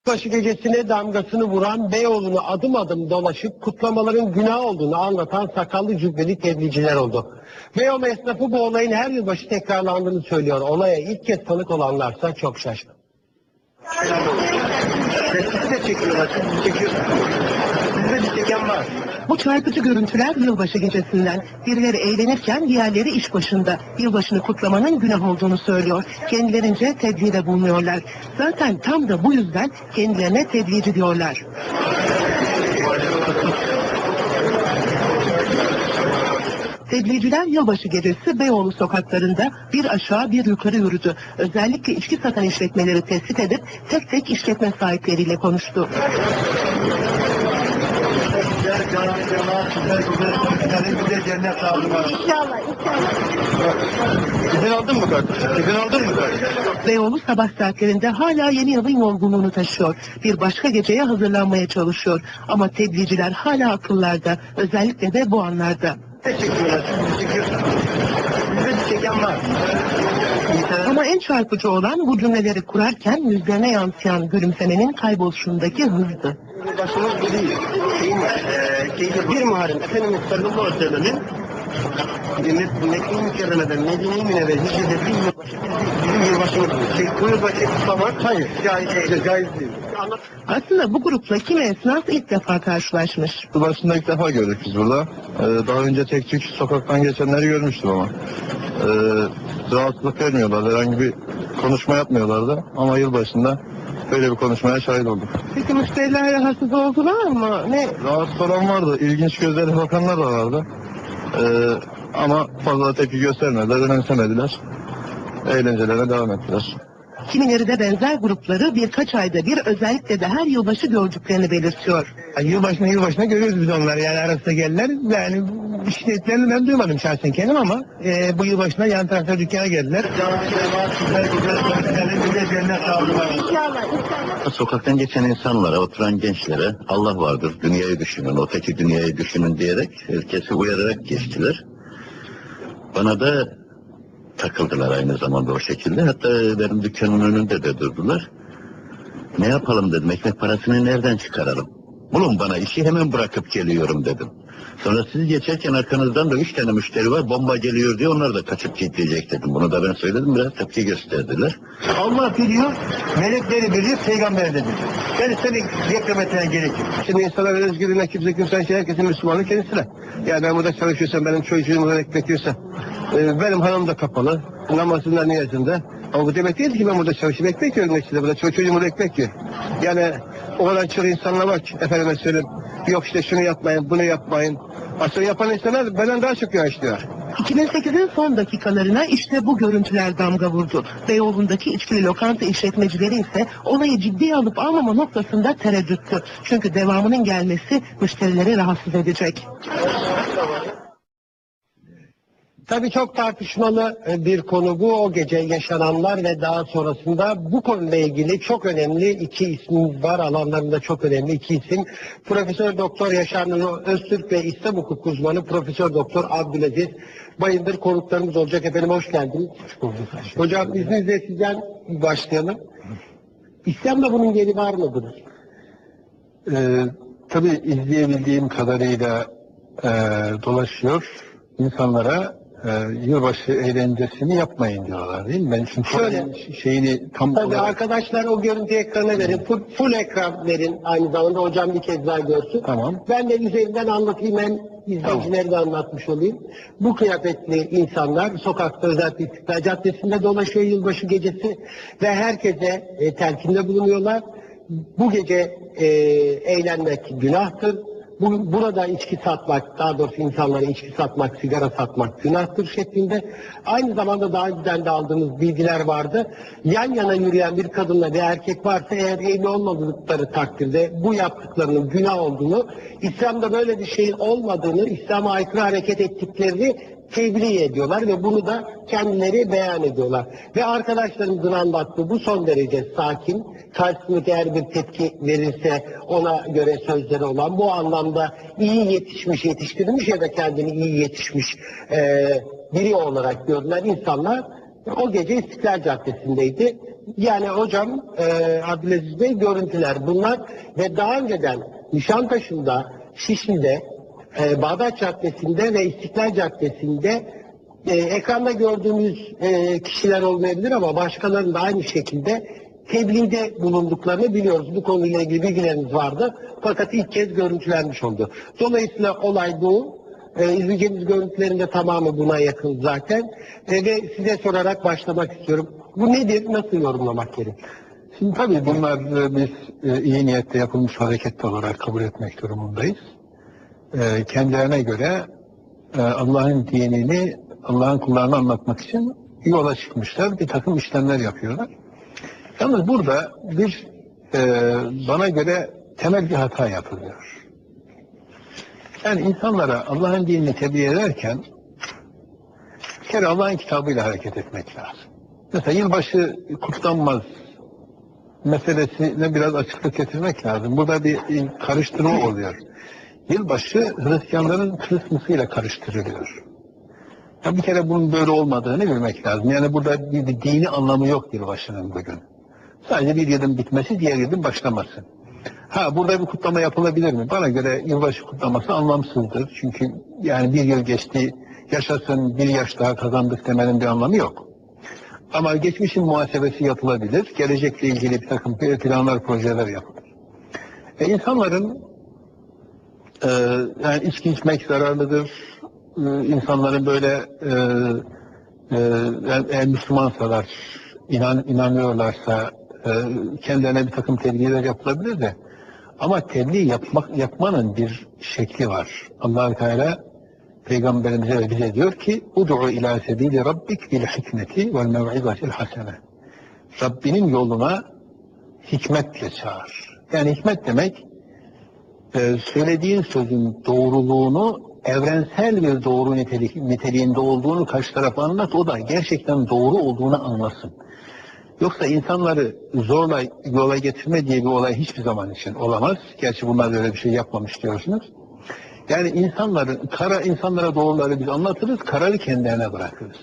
Yılbaşı gecesine damgasını vuran Beyoğlu'nu adım adım dolaşıp kutlamaların günah olduğunu anlatan sakallı cübbeli tebliğciler oldu. Beyoğlu esnafı bu olayın her yılbaşı tekrarlandığını söylüyor. Olaya ilk kez tanık olanlarsa çok şaşkın. Bu çarpıcı görüntüler yılbaşı gecesinden. Birileri eğlenirken diğerleri iş başında. Yılbaşını kutlamanın günah olduğunu söylüyor. Kendilerince tebliğde bulunuyorlar. Zaten tam da bu yüzden kendilerine tebliğci diyorlar. Tebliğciler yılbaşı gecesi Beyoğlu sokaklarında bir aşağı bir yukarı yürüdü. Özellikle içki satan işletmeleri tespit edip tek tek işletme sahipleriyle konuştu. İzin aldın mı kardeşim? İzin aldın mı kardeşim? Beyoğlu sabah saatlerinde hala yeni yılın yorgunluğunu taşıyor. Bir başka geceye hazırlanmaya çalışıyor. Ama tebliğciler hala akıllarda. Özellikle de bu anlarda. Ama en çarpıcı olan bu cümleleri kurarken yüzlerine yansıyan gülümsemenin kayboluşundaki hızdı. Başımız bu değil. Bir muharrem Efendimiz sallallahu aleyhi ve sellem'in Mekke-i Mükerreme'den Medine-i Münevver'e hicret ettiği yılbaşı bizim yılbaşımız bu. Bu yılbaşı kutlamak hayır. Caiz değil. Aslında bu grupla kimi esnaf ilk defa karşılaşmış. Yılbaşında ilk defa gördük biz burada. Daha önce tek tük sokaktan geçenleri görmüştüm ama. Rahatsızlık vermiyorlardı, herhangi bir konuşma yapmıyorlardı. Ama yılbaşında böyle bir konuşmaya şahit olduk. Peki müşteriler rahatsız oldular mı? Ne? Rahatsız olan vardı, ilginç gözlerle bakanlar da vardı. Ama fazla tepki göstermediler, önemsemediler. Eğlencelerine devam ettiler. Kimileri de benzer grupları birkaç ayda bir özellikle de her yılbaşı gördüklerini belirtiyor. Yılbaşına görüyoruz biz onları, yani arasında gelirler. Yani şiddetlerini ben duymadım şahsen kendim ama bu yılbaşına yan tarafta dükkana geldiler. Sokaktan geçen insanlara, oturan gençlere Allah vardır, dünyayı düşünün, öteki dünyayı düşünün diyerek herkesi uyararak geçtiler. Bana da takıldılar aynı zamanda o şekilde. Hatta benim dükkanın önünde de durdular. Ne yapalım dedim, ekmek parasını nereden çıkaralım? Bulun bana işi, hemen bırakıp geliyorum dedim. Sonra siz geçerken arkanızdan da 3 tane müşteri var, bomba geliyor diye onlar da kaçıp gidecek dedim. Bunu da ben söyledim, biraz tepki gösterdiler. Allah biliyor, melekleri biliyor, peygamber de biliyor. Yani seni beklemesine gerek yok. Şimdi insanlar özgürlüğüne kimse herkesin Müslümanlığı kendisine. Yani ben burada çalışıyorsam, benim çocuğum burada bekletiyorsa, benim hanım da kapalı, namazında niyazında. Ama bu demek değil ki ben burada çalışıp ekmek yiyorum işte, burada çocuğum burada ekmek yiyor. Yani o kadar çok insanlar var ki, efendime söyleyeyim, yok işte şunu yapmayın, bunu yapmayın. Aslında yapan insanlar benden daha çok yanaştılar. 2008'in son dakikalarına işte bu görüntüler damga vurdu. Beyoğlu'ndaki içkili lokanta işletmecileri ise olayı ciddiye alıp almama noktasında tereddüttü. Çünkü devamının gelmesi müşterileri rahatsız edecek. Tabii çok tartışmalı bir konu bu. O gece yaşananlar ve daha sonrasında bu konuyla ilgili çok önemli iki isim var. Alanlarında çok önemli iki isim. Profesör Doktor Yaşar Nuri Öztürk ve İslam hukuk uzmanı Profesör Doktor Abdülaziz Bayındır konuklarımız olacak. Efendim hoş geldiniz. Hocam izninizle sizden başlayalım. İslam'da bunun yeri var mıdır? Tabii izleyebildiğim kadarıyla dolaşıyor. İnsanlara yılbaşı eğlencesini yapmayın diyorlar değil mi? Ben çünkü şöyle şeyini tam tabii olarak... arkadaşlar o görüntü ekrana verin. Full ekran verin. Aynı zamanda hocam bir kez daha görsün. Tamam. Ben de üzerinden anlatayım, hem izleyicileri de anlatmış olayım. Bu kıyafetli insanlar sokakta, özellikle İstiklal Caddesi'nde dolaşıyor yılbaşı gecesi ve herkese telkinde bulunuyorlar. Bu gece eğlenmek günahtır. Burada içki satmak, daha doğrusu insanlara içki satmak, sigara satmak günahtır şeklinde. Aynı zamanda daha önceden de aldığımız bilgiler vardı. Yan yana yürüyen bir kadınla bir erkek varsa, eğer evli olmadıkları takdirde bu yaptıklarının günah olduğunu, İslam'da böyle bir şeyin olmadığını, İslam'a aykırı hareket ettiklerini tebliğ ediyorlar ve bunu da kendileri beyan ediyorlar. Ve arkadaşlarımızın anlattığı bu son derece sakin, karşısındaki eğer bir tepki verirse ona göre sözleri olan, bu anlamda iyi yetişmiş, yetiştirilmiş ya da kendini iyi yetişmiş biri olarak görülen insanlar o gece İstiklal Caddesi'ndeydi. Yani hocam, Abdülaziz Bey, görüntüler bunlar ve daha önceden Nişantaşı'nda, Şişli'de, Bağdat Caddesi'nde ve İstiklal Caddesi'nde ekranda gördüğümüz kişiler olmayabilir ama başkalarının da aynı şekilde tebliğde bulunduklarını biliyoruz. Bu konuyla ilgili bilgilerimiz vardı. Fakat ilk kez görüntülenmiş oldu. Dolayısıyla olay bu. İzleyeceğimiz görüntülerin de tamamı buna yakın zaten. Ve size sorarak başlamak istiyorum. Bu nedir? Nasıl yorumlamak gerekir? Şimdi tabii bunlar biz iyi niyetle yapılmış hareket olarak kabul etmek durumundayız. Kendilerine göre Allah'ın dinini, Allah'ın kullarına anlatmak için yola çıkmışlar. Bir takım işlemler yapıyorlar. Yalnız burada bir bana göre temel bir hata yapılıyor. Yani insanlara Allah'ın dinini tebliğ ederken bir kere Allah'ın kitabıyla hareket etmek lazım. Mesela yılbaşı kutlanmaz meselesine biraz açıklık getirmek lazım. Burada bir karıştırma oluyor. Yılbaşı Hristiyanların Christmas'ıyla karıştırılıyor. Ya bir kere bunun böyle olmadığını bilmek lazım. Yani burada bir dini anlamı yok yılbaşının bugün. Sadece bir yılın bitmesi, diğer yılın başlaması. Ha, burada bir kutlama yapılabilir mi? Bana göre yılbaşı kutlaması anlamsızdır. Çünkü yani bir yıl geçti, yaşasın, bir yaş daha kazandık demenin bir anlamı yok. Ama geçmişin muhasebesi yapılabilir. Gelecekle ilgili bir takım planlar, projeler yapılır. İnsanların yani içki içmek zararlıdır. İnsanların böyle eğer Müslümansalar, inanıyorlarsa kendilerine bir takım tebliğler yapılabilir de, ama tebliğ yapmanın bir şekli var. Allah-u Teala Peygamberimize ve bize diyor ki "Ud'u ila sebili rabbik bil hikmeti vel mev'izatil hasene." Rabbinin yoluna hikmetle çağır. Yani hikmet demek söylediğin sözün doğruluğunu, evrensel bir doğru niteliğinde olduğunu karşı tarafa anlat, o da gerçekten doğru olduğunu anlasın. Yoksa insanları zorla yola getirme diye bir olay hiçbir zaman için olamaz. Gerçi bunlar böyle bir şey yapmamış diyorsunuz. Yani insanlara doğruları biz anlatırız, kararı kendilerine bırakırız.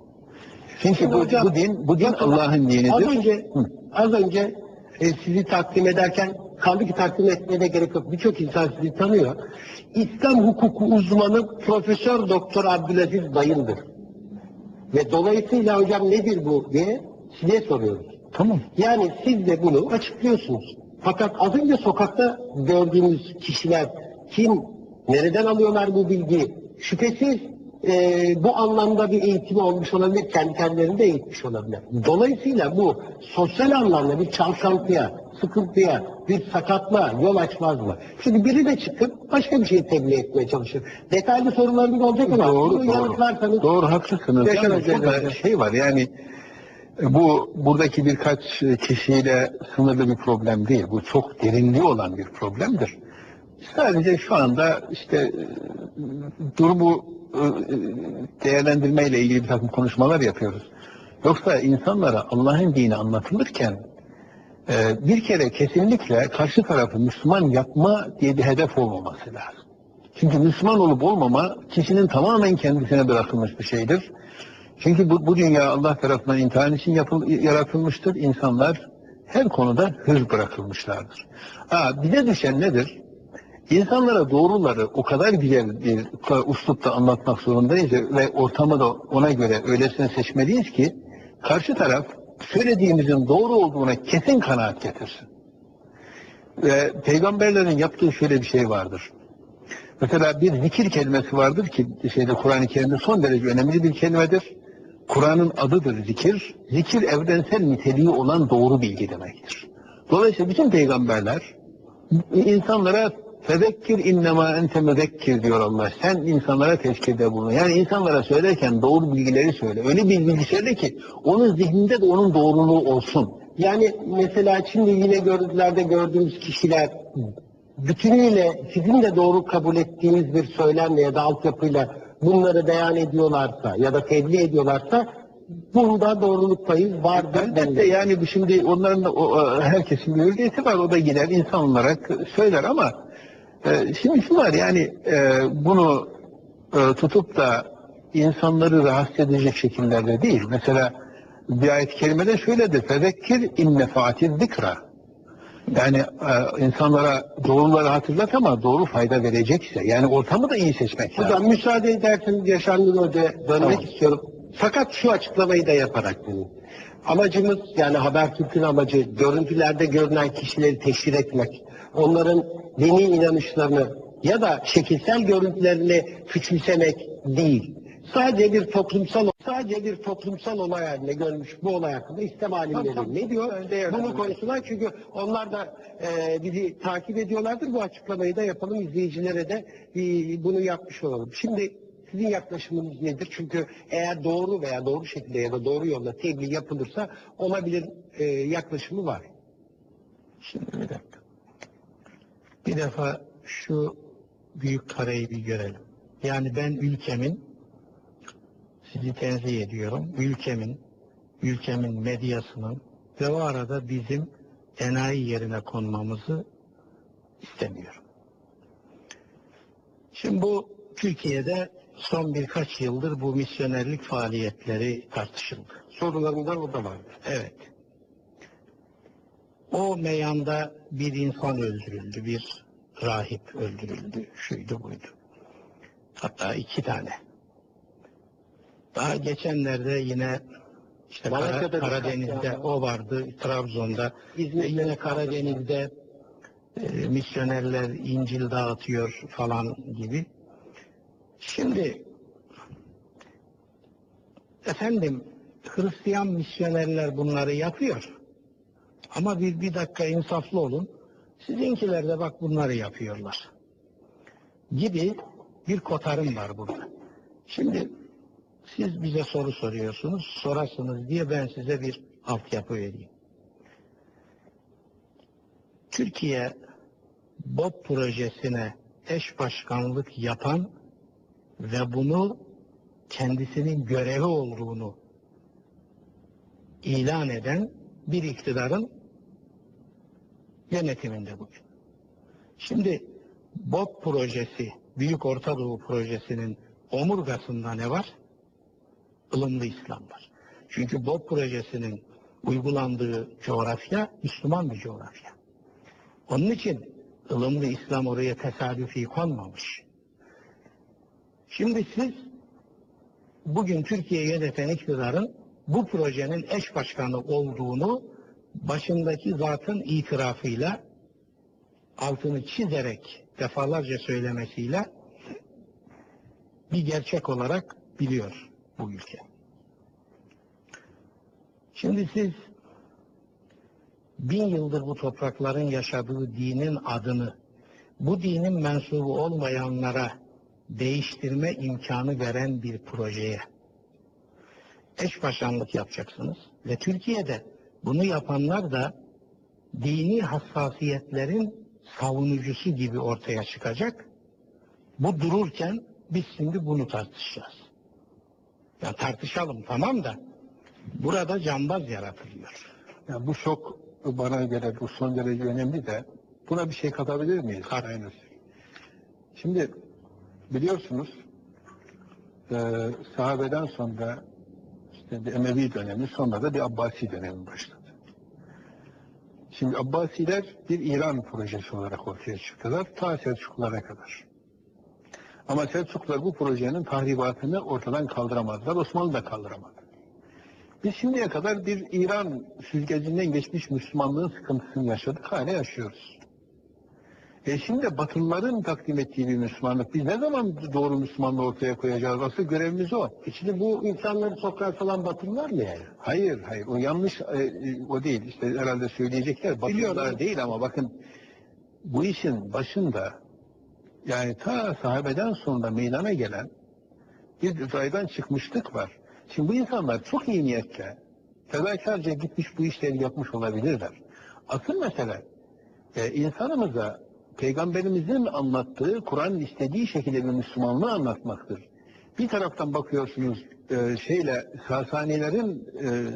Çünkü bu din Allah'ın dinidir. Az önce sizi takdim ederken, kaldı ki takdim etmeye de gerek yok. Birçok insan sizi tanıyor. İslam hukuku uzmanı Profesör Doktor Abdülaziz Bayındır. Ve dolayısıyla hocam nedir bu diye size soruyoruz. Tamam. Yani siz de bunu açıklıyorsunuz. Fakat az önce sokakta gördüğümüz kişiler kim, nereden alıyorlar bu bilgiyi? Şüphesiz bu anlamda bir eğitimi olmuş olabilir, kendi kendilerini de eğitmiş olabilir. Dolayısıyla bu sosyal anlamda bir çalkantıya, sıkıntıya, bir sakatlığa yol açmaz mı? Çünkü biri de çıkıp başka bir şey tebliğ etmeye çalışır. Detaylı sorularınız olacak ama bunu yanıtlarsanız... Doğru, haklısınız. Burada şey var yani, buradaki birkaç kişiyle sınırlı bir problem değil. Bu çok derinliği olan bir problemdir. Sadece şu anda işte durumu değerlendirmeyle ilgili bir takım konuşmalar yapıyoruz. Yoksa insanlara Allah'ın dini anlatılırken bir kere kesinlikle karşı tarafı Müslüman yapma diye bir hedef olmaması lazım. Çünkü Müslüman olup olmama kişinin tamamen kendisine bırakılmış bir şeydir. Çünkü bu dünya Allah tarafından imtihan için yaratılmıştır. İnsanlar her konuda hür bırakılmışlardır. Bize düşen nedir? İnsanlara doğruları o kadar güzel bir üslupta anlatmak zorundayız ve ortamı da ona göre öylesine seçmeliyiz ki karşı taraf söylediğimizin doğru olduğuna kesin kanaat getirsin. Ve peygamberlerin yaptığı şöyle bir şey vardır. Mesela bir zikir kelimesi vardır ki Kur'an-ı Kerim'de son derece önemli bir kelimedir. Kur'an'ın adıdır zikir. Zikir evrensel niteliği olan doğru bilgi demektir. Dolayısıyla bütün peygamberler insanlara "Fezekkir innema ente müzekkir" diyor Allah. Sen insanlara tezkirde bulun. Yani insanlara söylerken doğru bilgileri söyle. Öyle bir bilgi söyle ki onun zihninde de onun doğruluğu olsun. Yani mesela şimdi yine görüntülerde gördüğümüz kişiler bütünüyle sizin de doğru kabul ettiğiniz bir söylemle ya da altyapıyla bunları beyan ediyorlarsa ya da tebliğ ediyorlarsa bunda doğruluk payı vardır. Elbette yani şimdi onların da herkesin bir öldüğü var, o da gider insan olarak söyler ama şimdi şu var yani bunu tutup da insanları rahatsız edecek şekillerde değil. Mesela Bir ayet-i kerimede şöyledir. Fezekkir inne faatiz zikra. Yani insanlara doğruları hatırlat ama doğru fayda verecekse. Yani ortamı da iyi seçmek lazım. Hocam müsaade ederseniz Yaşar Nur Hoca'ya dönmek Tamam. istiyorum. Fakat şu açıklamayı da yaparak benim. Amacımız, yani Habertürk'ün amacı görüntülerde görünen kişileri teşhir etmek. Onların dini inanışlarını ya da şekilsel görüntülerini küçümsemek değil. Sadece bir toplumsal olay haline görmüş bu olay hakkında İslam alimleri ne diyor? Bunu konuştular çünkü onlar da bizi takip ediyorlardır. Bu açıklamayı da yapalım, izleyicilere de bunu yapmış olalım. Şimdi sizin yaklaşımınız nedir? Çünkü eğer doğru veya doğru şekilde ya da doğru yolla tebliğ yapılırsa olabilir yaklaşımı var. Şimdi bir dakika. Bir defa şu büyük kareyi bir görelim. Yani ben sizi tenzih ediyorum, ülkemin medyasının ve o arada bizim enayi yerine konmamızı istemiyorum. Şimdi bu Türkiye'de son birkaç yıldır bu misyonerlik faaliyetleri tartışıldı. Sorularından o da var. Evet. O meyanda bir insan öldürüldü, bir rahip öldürüldü, şuydu buydu. Hatta 2 tane. Daha geçenlerde yine işte Karadeniz'de o vardı, Trabzon'da, yine Karadeniz'de misyonerler İncil dağıtıyor falan gibi. Şimdi efendim Hristiyan misyonerler bunları yapıyor. Ama bir dakika insaflı olun. Sizinkiler de bak bunları yapıyorlar. Gibi bir kotarım var burada. Şimdi siz bize soru soruyorsunuz, sorasınız diye ben size bir altyapı vereyim. Türkiye BOP projesine eş başkanlık yapan ve bunu kendisinin görevi olduğunu ilan eden bir iktidarın yönetiminde bugün. Şimdi BOP projesi, Büyük Orta Doğu Projesi'nin omurgasında ne var? Ilımlı İslam var. Çünkü BOP projesinin uygulandığı coğrafya Müslüman bir coğrafya. Onun için ılımlı İslam oraya tesadüfi konmamış. Şimdi siz bugün Türkiye'yi yöneten iktidarın bu projenin eş başkanı olduğunu başındaki zatın itirafıyla, altını çizerek defalarca söylemesiyle bir gerçek olarak biliyor bu ülke. Şimdi siz 1000 yıldır bu toprakların yaşadığı dinin adını bu dinin mensubu olmayanlara değiştirme imkanı veren bir projeye eş başkanlık yapacaksınız ve Türkiye'de bunu yapanlar da dini hassasiyetlerin savunucusu gibi ortaya çıkacak. Bu dururken biz şimdi bunu tartışacağız. Ya tartışalım tamam da burada cambaz yaratılıyor. Yani bu şok bana göre bu son derece önemli de buna bir şey katabilir miyiz? Aynen. Şimdi biliyorsunuz sahabeden sonra işte bir Emevi dönemi, sonra da bir Abbasi dönemi başladı. Şimdi Abbasiler bir İran projesi olarak ortaya çıktılar ta Selçuklulara kadar. Ama Selçuklular bu projenin tahribatını ortadan kaldıramadılar, Osmanlı da kaldıramadı. Biz şimdiye kadar bir İran süzgecinden geçmiş Müslümanlığın sıkıntısını yaşadık, hala yaşıyoruz. Şimdi Batılıların takdim ettiği bir Müslümanlık, biz ne zaman doğru Müslümanlığı ortaya koyacağız? Asıl görevimiz o. Şimdi bu insanları sokağa salan Batılılar mı yani? Hayır, o yanlış, o değil. İşte herhalde söyleyecekler, Batılılar değil ama bakın bu işin başında yani ta sahabeden sonra meydana gelen bir raydan çıkmışlık var. Şimdi bu insanlar çok iyi niyetle fedakarca gitmiş bu işleri yapmış olabilirler. Asıl mesele insanımıza Peygamberimizin anlattığı, Kur'an'ın istediği şekilde bir Müslümanlığı anlatmaktır. Bir taraftan bakıyorsunuz Sasanilerin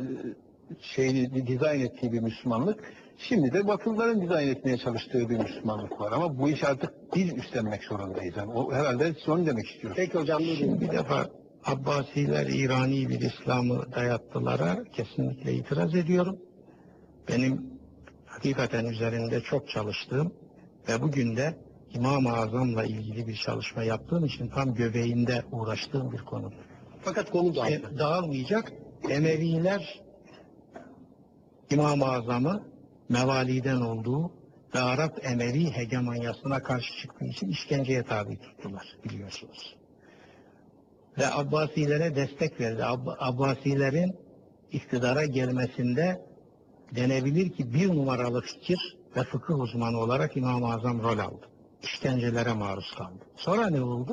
dizayn ettiği bir Müslümanlık, şimdi de Batılıların dizayn etmeye çalıştığı bir Müslümanlık var. Ama bu iş artık biz üstlenmek zorundayız. Yani o herhalde son demek istiyoruz. Peki hocam, Şimdi bir defa Abbasiler İrani bir İslam'ı dayattılara kesinlikle itiraz ediyorum. Benim hakikaten üzerinde çok çalıştığım ve bugün de İmam-ı Azam'la ilgili bir çalışma yaptığım için tam göbeğinde uğraştığım bir konudur. Fakat konu dağıldı. Dağılmayacak. Emeviler İmam-ı Azam'ı mevaliden olduğu ve Arap Emevi hegemonyasına karşı çıktığı için işkenceye tabi tuttular, biliyorsunuz. Ve Abbasilere destek verdi. Abbasilerin iktidara gelmesinde denebilir ki bir numaralı fikir ve fıkıh uzmanı olarak İmam-ı Azam rol aldı. İşkencelere maruz kaldı. Sonra ne oldu?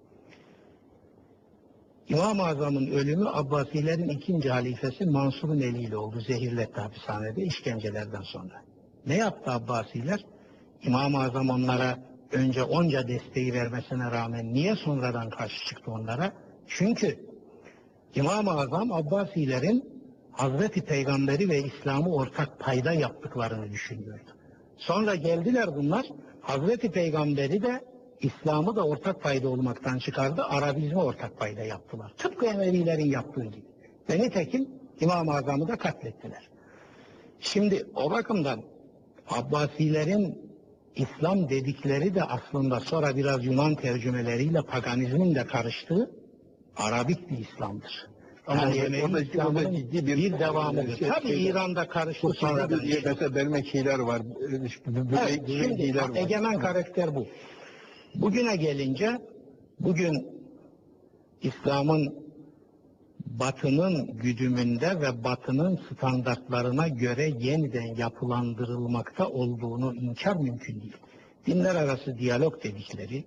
İmam-ı Azam'ın ölümü Abbasilerin ikinci halifesi Mansur'un eliyle oldu. Zehirletti hapishanede işkencelerden sonra. Ne yaptı Abbasiler? İmam-ı Azam onlara önce onca desteği vermesine rağmen niye sonradan karşı çıktı onlara? Çünkü İmam-ı Azam Abbasilerin Hazreti Peygamberi ve İslam'ı ortak payda yaptıklarını düşünüyordu. Sonra geldiler bunlar, Hazreti Peygamberi de İslam'ı da ortak payda olmaktan çıkardı, Arabizmi ortak payda yaptılar. Tıpkı Emevilerin yaptığı gibi. Ve nitekim İmam-ı Azam'ı da katlettiler. Şimdi o bakımdan Abbasilerin İslam dedikleri de aslında sonra biraz Yunan tercümeleriyle paganizmin de karıştığı Arabik bir İslam'dır. Ama Yani orada Emevi İslam'ın ciddi bir devamıdır. Tabii İran'da karıştı sonradan. Mesela Bermekiler var. Evet, şimdi egemen karakter bu. Bugüne gelince, bugün İslam'ın Batı'nın güdümünde ve Batı'nın standartlarına göre yeniden yapılandırılmakta olduğunu inkar mümkün değil. Dinler arası diyalog dedikleri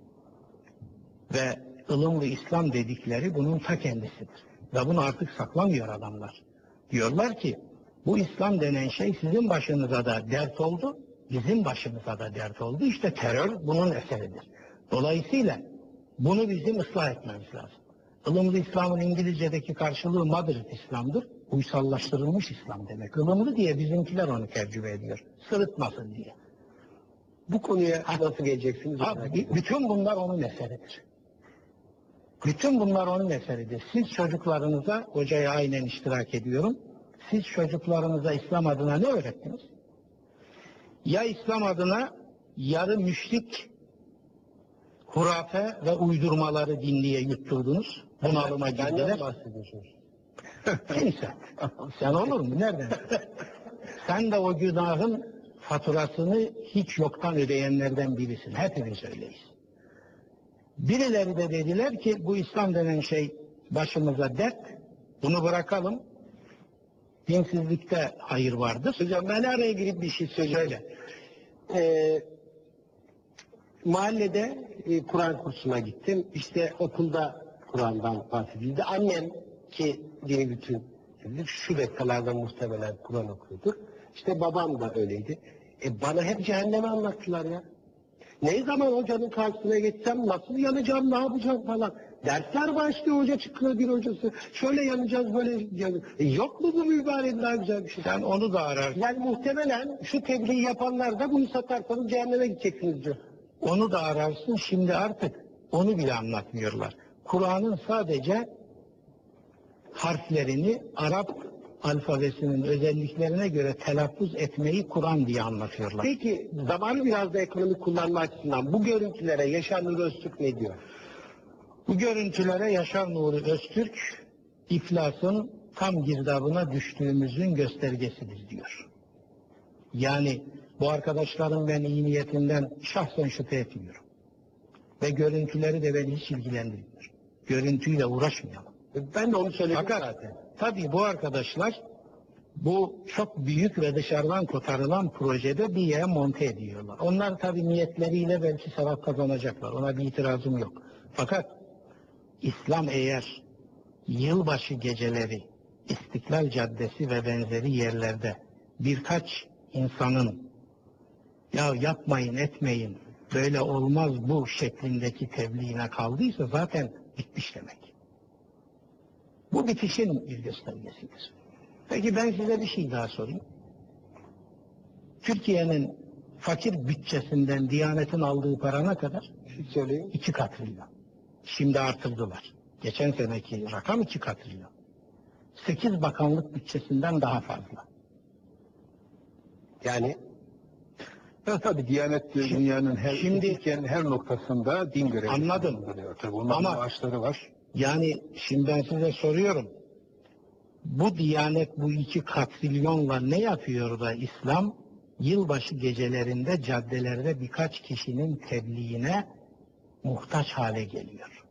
ve ılımlı İslam dedikleri bunun ta kendisidir. Ve bunu artık saklamıyor adamlar. Diyorlar ki bu İslam denen şey sizin başınıza da dert oldu, bizim başımıza da dert oldu. İşte terör bunun eseridir. Dolayısıyla bunu bizim ıslah etmemiz lazım. Ilımlı İslam'ın İngilizce'deki karşılığı moderate İslam'dır. Uysallaştırılmış İslam demek. Ilımlı diye bizimkiler onu tercüme ediyor. Sırıtmasın diye. Bu konuya nasıl geleceksiniz? Bütün bunlar onun eseridir. Bütün bunlar onun eseridir. Siz çocuklarınıza, hocaya aynen iştirak ediyorum, siz çocuklarınıza İslam adına ne öğrettiniz? Ya İslam adına yarı müşrik hurafe ve uydurmaları dinliye yutturdunuz, bunalıma girdiler. Kimse. Sen olur mu? Nereden? Sen de o günahın faturasını hiç yoktan ödeyenlerden birisin. Hepimiz öyleyiz. Birileri de dediler ki bu İslam denen şey başımıza dert, bunu bırakalım. Dinsizlikte hayır vardır. Hocam ben araya girip bir şey söyleyeceğim. Mahallede Kur'an kursuna gittim. İşte okulda Kur'an'dan bahsedildi. Annem ki dini bütün şu dakikalarda muhtemelen Kur'an okuyordur. İşte babam da öyleydi. Bana hep cehennemi anlattılar ya. Ne zaman hocanın karşısına geçsem nasıl yanacağım, ne yapacağım falan. Dersler başlıyor, hoca çıkıyor bir hocası. Şöyle yanacağız, böyle yanacağız. Yok mu bu mübareğin daha güzel bir şey? Sen onu da ararsın. Yani muhtemelen şu tebliği yapanlar da bunu satarsanız cehenneme gideceksiniz diyor. Onu da ararsın. Şimdi artık onu bile anlatmıyorlar. Kur'an'ın sadece harflerini Arap alfabesinin özelliklerine göre telaffuz etmeyi Kur'an diye anlatıyorlar. Peki zamanı biraz da ekonomik kullanma açısından bu görüntülere Yaşar Nuri Öztürk ne diyor? Bu görüntülere Yaşar Nuri Öztürk iflasın tam girdabına düştüğümüzün göstergesidir diyor. Yani bu arkadaşların ben iyi niyetinden şahsen şüphe etmiyorum. Ve görüntüleri de beni hiç ilgilendirmiyor. Görüntüyle uğraşmayalım. Ben de onu söyledim Fakat zaten. tabii bu arkadaşlar bu çok büyük ve dışarıdan kotarılan projede bir yere monte ediyorlar. Onlar tabii niyetleriyle belki sevap kazanacaklar. Ona bir itirazım yok. Fakat İslam eğer yılbaşı geceleri İstiklal Caddesi ve benzeri yerlerde birkaç insanın ya yapmayın etmeyin böyle olmaz bu şeklindeki tebliğine kaldıysa zaten bitmiş demek. Bu bitişin bir göstergesidir. Peki ben size bir şey daha sorayım. Türkiye'nin fakir bütçesinden Diyanet'in aldığı para ne kadar? Söyleyin. 2 katıyla. Şimdi artırdılar. Geçen seneki rakam 2 katrilyon. 8 bakanlık bütçesinden daha fazla. Yani Ya tabii Diyanet dünyanın Şimdi- Türkiye'nin her noktasında din görevi. Anladım. Tabii onların Ama- maaşları var. Yani şimdi ben size soruyorum. Bu Diyanet bu 2 katrilyonla ne yapıyor da İslam yılbaşı gecelerinde caddelerde birkaç kişinin tebliğine muhtaç hale geliyor?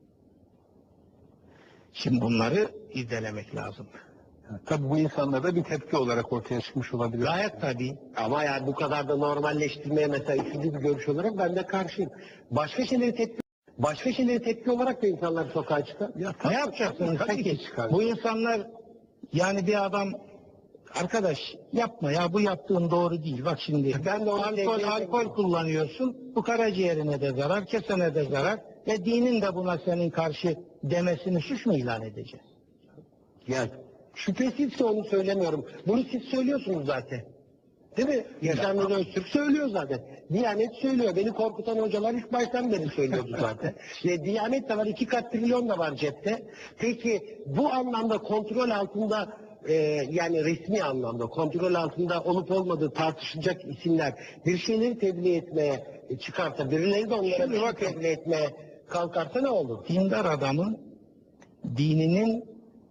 Şimdi bunları irdelemek lazım. Tabii bu insanlarda bir tepki olarak ortaya çıkmış olabilir. Gayet tabii. ama yani bu kadar da normalleştirmeye mesela üçüncü bir görüş olarak ben de karşıyım. Başka şeyleri tepki olarak da insanlar sokağa çıkar. Ne yapacaksınız tabii peki? ki çıkar. Bu insanlar, yani bir adam, arkadaş yapma ya, bu yaptığın doğru değil. Bak şimdi Ben de onu alkol kullanıyorsun. Bu karaciğerine de zarar, kesene de zarar. Ve dinin de buna senin karşı demesini suç mu ilan edeceğiz? Yani şüphesizse onu söylemiyorum. Bunu siz söylüyorsunuz zaten. Değil mi? Yaşar Nuri Öztürk söylüyor zaten. Diyanet söylüyor. Beni korkutan hocalar ilk baştan beri söylüyordu zaten. Diyanet de var, 2 katrilyon da var cepte. Peki bu anlamda kontrol altında yani resmi anlamda kontrol altında olup olmadığı tartışılacak isimler bir şeyleri tebliğ etmeye çıkarsa, birileri de onlara bir şey tebliğ etmeye kalkarsa ne olur? Dindar adamın dininin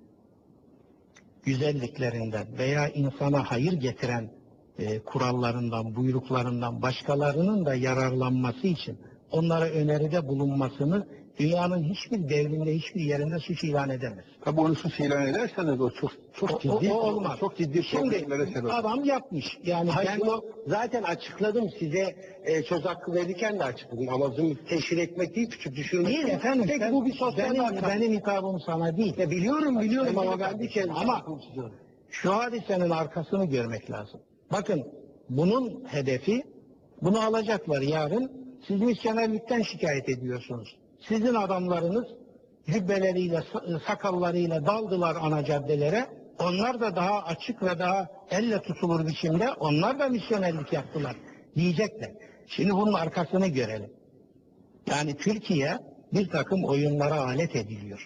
güzelliklerinden veya insana hayır getiren kurallarından, buyruklarından başkalarının da yararlanması için onlara öneride bulunmasını dünyanın hiçbir devrinde, hiçbir yerinde suç ilan edemez. Tabii onu suç ilan ederseniz o çok ciddi, o olmaz. çok ciddi Şimdi problemlere sebep olur. adam yapmış. Yani Hayır, ben bunu zaten açıkladım size, söz hakkı verirken de açıkladım. Amacımız teşhir etmek değil, küçük düşürmek değil efendim. Peki bu bir sosyal vaka. benim hitabım sana değil. Biliyorum ama ben bir kez Ama şu hadisenin arkasını görmek lazım. Bakın bunun hedefi, bunu alacaklar yarın. Siz misyonerlikten şikayet ediyorsunuz. Sizin adamlarınız cübbeleriyle, sakallarıyla daldılar ana caddelere. Onlar da daha açık ve daha elle tutulur biçimde onlar da misyonerlik yaptılar diyecekler. Şimdi bunun arkasını görelim. Yani Türkiye bir takım oyunlara alet ediliyor.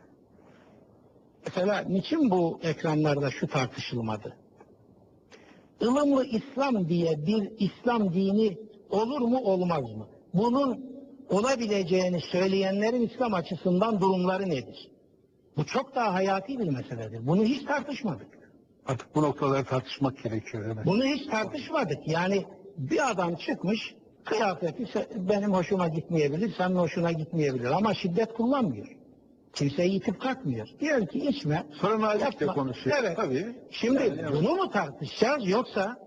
Mesela niçin bu ekranlarda şu tartışılmadı? ılımlı İslam diye bir İslam dini olur mu olmaz mı? Bunun olabileceğini söyleyenlerin İslam açısından durumları nedir? Bu çok daha hayati bir meseledir. Bunu hiç tartışmadık. Artık bu noktaları tartışmak gerekiyor. Evet. Bunu hiç tartışmadık. Yani bir adam çıkmış, kıyafeti benim hoşuma gitmeyebilir, senin hoşuna gitmeyebilir ama şiddet kullanmıyor. Kimseyi itip kalkmıyor. Diyor ki içme. Sonra nazik de yapma. konuşuyor. Evet. Tabii. Şimdi Yani, bunu mu tartışacağız yoksa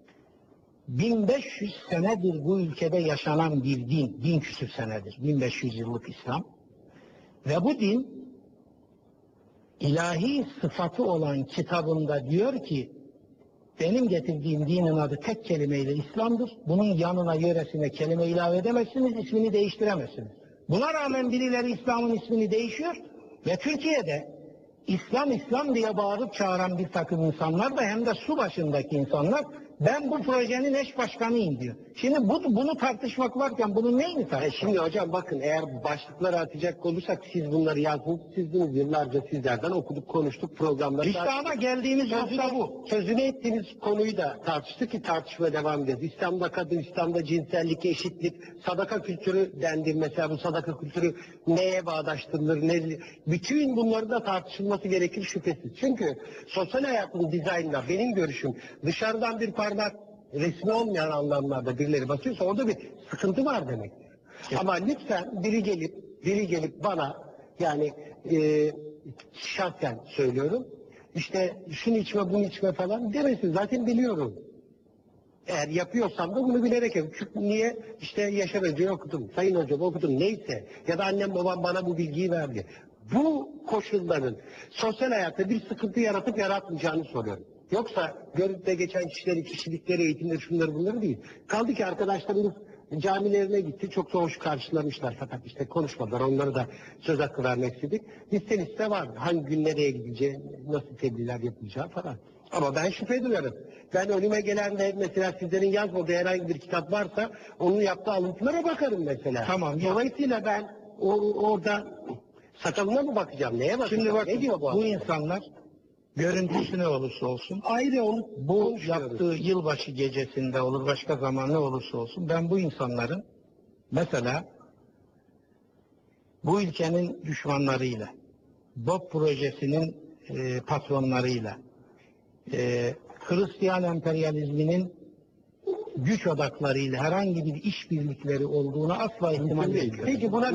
1500 senedir bu ülkede yaşanan bir din, 1000 küsür senedir, 1500 yıllık İslam ve bu din ilahi sıfatı olan kitabında diyor ki benim getirdiğim dinin adı tek kelimeyle İslam'dır. Bunun yanına, yöresine kelime ilave edemezsiniz, ismini değiştiremezsiniz. Buna rağmen birileri İslam'ın ismini değişiyor ve Türkiye'de İslam diye bağırıp çağıran bir takım insanlar da hem de su başındaki insanlar ben bu projenin eş başkanıyım diyor. Şimdi bunu tartışmak varken bunun neyini tartışmak? Şimdi hocam bakın eğer başlıkları atacak olursak siz bunları yazdınız, çizdiniz yıllarca sizlerden okuduk, konuştuk programlarda. İşte ama geldiğimiz nokta bu. Sözünü ettiğimiz konuyu da tartıştık ki tartışmaya devam edeceğiz. İslam'da kadın, İslam'da cinsellik, eşitlik, sadaka kültürü dendir. Mesela bu sadaka kültürü neye bağdaştırılır? Bütün bunları da tartışılması gerekir şüphesiz. Çünkü sosyal hayatın dizaynında benim görüşüm dışarıdan bir parmak resmi olmayan anlamlarda birileri basıyorsa orada bir sıkıntı var demek. Evet. Ama lütfen biri gelip bana yani şahsen söylüyorum işte şunu içme bunu içme falan demesin, zaten biliyorum. Eğer yapıyorsam da bunu bilerek yapıyorum. Çünkü niye? İşte Yaşar Hoca'yı okudum, Sayın Hoca'yı okudum neyse ya da annem babam bana bu bilgiyi verdi. Bu koşulların sosyal hayatta bir sıkıntı yaratıp yaratmayacağını soruyorum. Yoksa görüp de geçen kişilikleri, eğitimleri, şunları bunları değil. Kaldı ki arkadaşlarımız camilerine gitti. Çok da hoş karşılamışlar fakat işte konuşmadılar. Onlara da söz hakkı vermek istedik. Liste var. Hangi gün nereye gideceği, nasıl tebliğler yapılacağı falan. Ama ben şüphe duyarım. Ben önüme gelen de mesela sizlerin yazmadığı herhangi bir kitap varsa onun yaptığı alıntılara bakarım mesela. Tamam. Dolayısıyla ben orada Sakalına mı bakacağım? Neye bakacağım? Şimdi bak Ne diyor bu bu adam? insanlar görüntüsü ne olursa olsun Ayrı onu bu konuşuyoruz. yaptığı yılbaşı gecesinde olur başka zaman ne olursa olsun ben bu insanların mesela bu ülkenin düşmanlarıyla BOP projesinin patronlarıyla Hristiyan emperyalizminin güç odaklarıyla herhangi bir işbirlikleri olduğunu asla ihtimal değil. Peki buna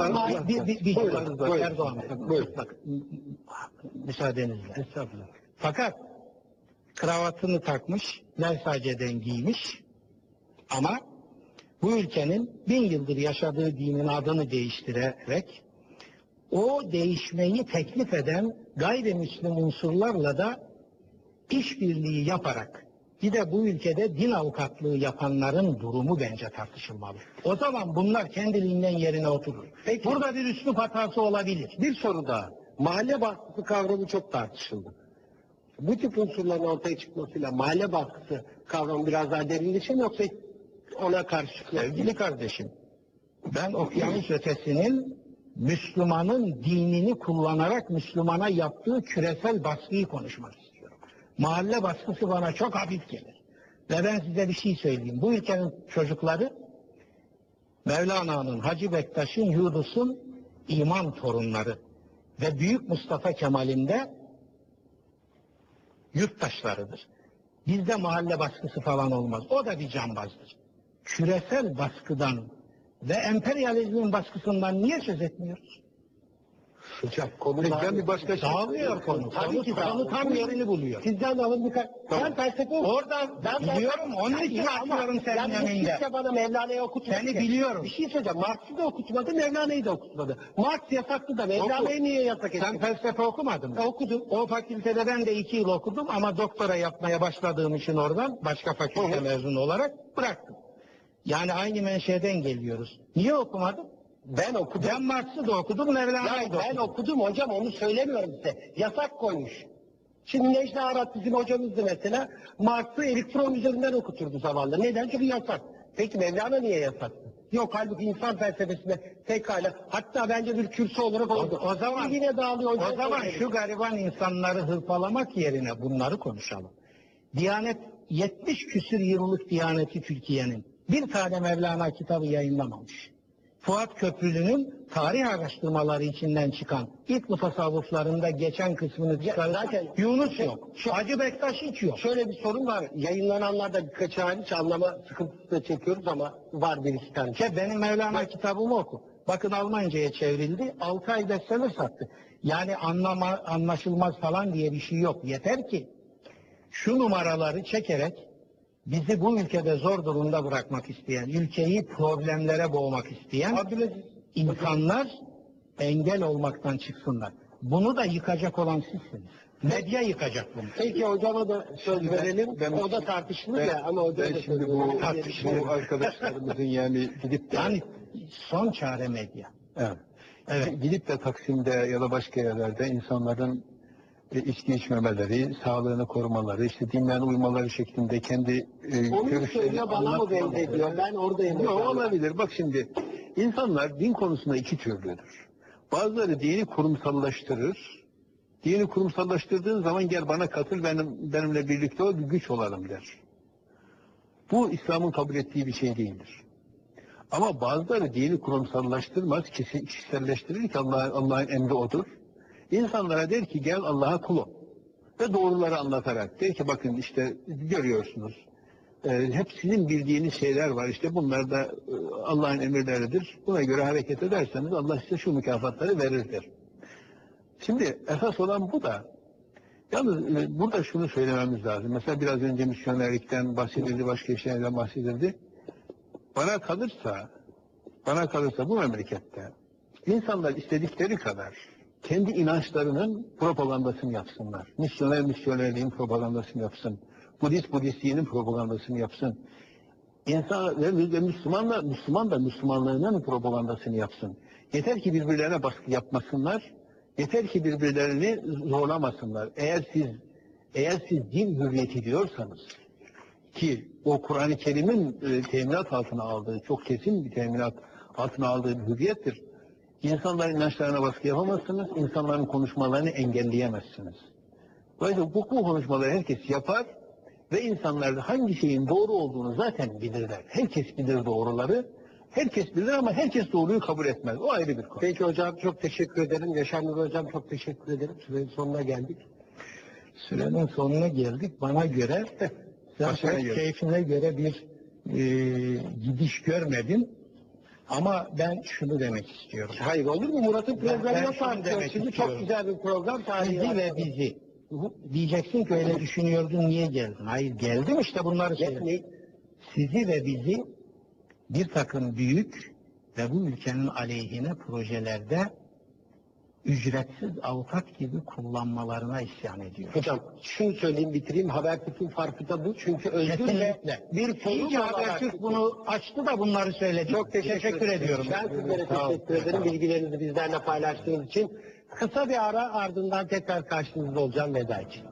bir Erdoğan, bak, müsaadenizle. Estağfurullah. Fakat kravatını takmış, Lelsaceden giymiş ama bu ülkenin 1000 yıldır yaşadığı dinin adını değiştirerek o değişmeyi teklif eden gayrimüslim unsurlarla da işbirliği yaparak bir de bu ülkede din avukatlığı yapanların durumu bence tartışılmalı. O zaman bunlar kendiliğinden yerine oturur. Peki. Burada bir üslup hatası olabilir. Bir soru daha. Mahalle baskısı kavramı çok tartışıldı. Bu tip unsurların ortaya çıkmasıyla mahalle baskısı kavramı biraz daha derinleşir mi yoksa ona karşı çıkıyor? Sevgili kardeşim, ben okyanus ötesinin Müslümanın dinini kullanarak Müslümana yaptığı küresel baskıyı konuşmak istiyorum. Mahalle baskısı bana çok hafif gelir. Ve ben size bir şey söyleyeyim. Bu ülkenin çocukları Mevlana'nın, Hacı Bektaş'ın, Yunus'un iman torunları ve Büyük Mustafa Kemal'in de yurttaşlarıdır. Bizde mahalle baskısı falan olmaz. O da bir cambazdır. Küresel baskıdan ve emperyalizmin baskısından niye söz etmiyoruz? Hocam konu Ben bir başka şey... Dağılıyor konu. Tabii ki Konu tam yerini buluyor. Sizden de alın birkaç. Ben felsefe Orada biliyorum, onun için açıyorum senin yanında. Kimse bana Mevlana'yı okutmadı. Seni ki. biliyorum. Bir şey söyleyeceğim. Marx'ı da okutmadı, Mevlana'yı da okutmadı. Marx yasaktı da Mevlana'yı niye yasak etti? Sen felsefe okumadın mı? Okudum. O fakültede ben de 2 yıl okudum ama doktora yapmaya başladığım için oradan başka fakülte mezunu olarak bıraktım. Yani aynı menşeden geliyoruz. Niye okumadın? Ben okudum. Ben Marx'ı da okudum, Mevlana'yı da Ben okudum. okudum hocam, onu söylemiyorum size. Yasak koymuş. Şimdi Necla Arat bizim hocamızdı mesela. Marx'ı Erik Fromm üzerinden okuturdu zamanında. Neden? Çünkü yasak. Peki Mevlana niye yasaktı? Yok, halbuki insan felsefesinde pekala, hatta bence bir kürsü olarak oldu. O zaman yine dağılıyor. O zaman şu gariban insanları hırpalamak yerine bunları konuşalım. Diyanet 70 küsür yıllık Diyaneti Türkiye'nin bir tane Mevlana kitabı yayınlamamış. Fuat Köprülü'nün tarih araştırmaları içinden çıkan ilk tasavvuflarında geçen kısmını çıkarırken Yunus yok. Hacı Bektaş hiç yok. Şöyle bir sorun var. Yayınlananlarda birkaç hariç anlama sıkıntısı da çekiyoruz ama var bir iki tane. Benim Mevlana kitabımı oku. Bakın Almanca'ya çevrildi. 6 ay bestseller sattı. Yani anlaşılmaz falan diye bir şey yok. Yeter ki şu numaraları çekerek bizi bu ülkede zor durumda bırakmak isteyen, ülkeyi problemlere boğmak isteyen insanlar engel olmaktan çıksınlar. Bunu da yıkacak olan sizsiniz. Medya yıkacak bunu. Peki hocama da söz verelim. O da tartışılır ya ama hocam Ben da şimdi bu arkadaşlarımızın yani gidip de... Yani son çare medya. Evet. Gidip de Taksim'de ya da başka yerlerde insanların içki içmemeleri, sağlığını korumaları, işte dinlerine uymaları şeklinde kendi onu söylüyor, bana mı benzetiyor? Ben oradayım. Yok, olabilir. Bak şimdi insanlar din konusunda iki türlüdür. Bazıları dini kurumsallaştırır. Dini kurumsallaştırdığın zaman gel bana katıl, benimle birlikte ol, bir güç olalım der. Bu İslam'ın kabul ettiği bir şey değildir. Ama bazıları dini kurumsallaştırmaz, kişiselleştirir ki Allah'ın emri odur. İnsanlara der ki gel Allah'a kul ol. Ve doğruları anlatarak der ki bakın işte görüyorsunuz. Hep sizin bildiğiniz şeyler var. İşte bunlar da Allah'ın emirleridir. Buna göre hareket ederseniz Allah size şu mükafatları verir. Şimdi esas olan bu da. Yalnız burada şunu söylememiz lazım. Mesela biraz önce misyonerlikten bahsedildi, başka şeylerden bahsedildi. Bana kalırsa bu memlekette insanlar istedikleri kadar kendi inançlarının propagandasını yapsınlar. Misyonerliğin propagandasını yapsın. Budistliğinin propagandasını yapsın. İnsan ve Müslüman da Müslümanlığının propagandasını yapsın. Yeter ki birbirlerine baskı yapmasınlar. Yeter ki birbirlerini zorlamasınlar. Eğer siz din hürriyeti diyorsanız ki o Kur'an-ı Kerim'in teminat altına aldığı, çok kesin bir teminat altına aldığı bir hürriyettir. İnsanların inançlarına baskı yapamazsınız, insanların konuşmalarını engelleyemezsiniz. Dolayısıyla bu konuşmaları herkes yapar ve insanlar hangi şeyin doğru olduğunu zaten bilirler. Herkes bilir doğruları, herkes bilir ama herkes doğruyu kabul etmez. O ayrı bir konu. Peki hocam çok teşekkür ederim. Yaşar Nuri hocam çok teşekkür ederim. Sürenin sonuna geldik. Sürenin sonuna geldik. Bana göre Başına sen göre. keyfine göre bir gidiş görmedim. Ama ben şunu demek istiyorum. Hayır olur mu? Murat'ın programı Ben yok şunu artık. demek Şimdi istiyorum. çok güzel bir program. Sizi ve bizi. Diyeceksin ki öyle düşünüyordun, niye geldin? Hayır, geldim işte bunları söyleyeyim. Sizi ve bizi bir takım büyük ve bu ülkenin aleyhine projelerde ücretsiz avukat gibi kullanmalarına isyan ediyor. Hocam şunu söyleyeyim bitireyim. Habertürk'ün farkı da bu. Çünkü özgür ve Kesinlikle. bir forum İyice olarak... Habertürk bunu açtı da bunları söyledi. Çok teşekkür ediyorum. Ben sizlere Sağ olun. teşekkür ederim. Bilgilerinizi bizlerle paylaştığınız için. Kısa bir ara ardından tekrar karşınızda olacağım veda için.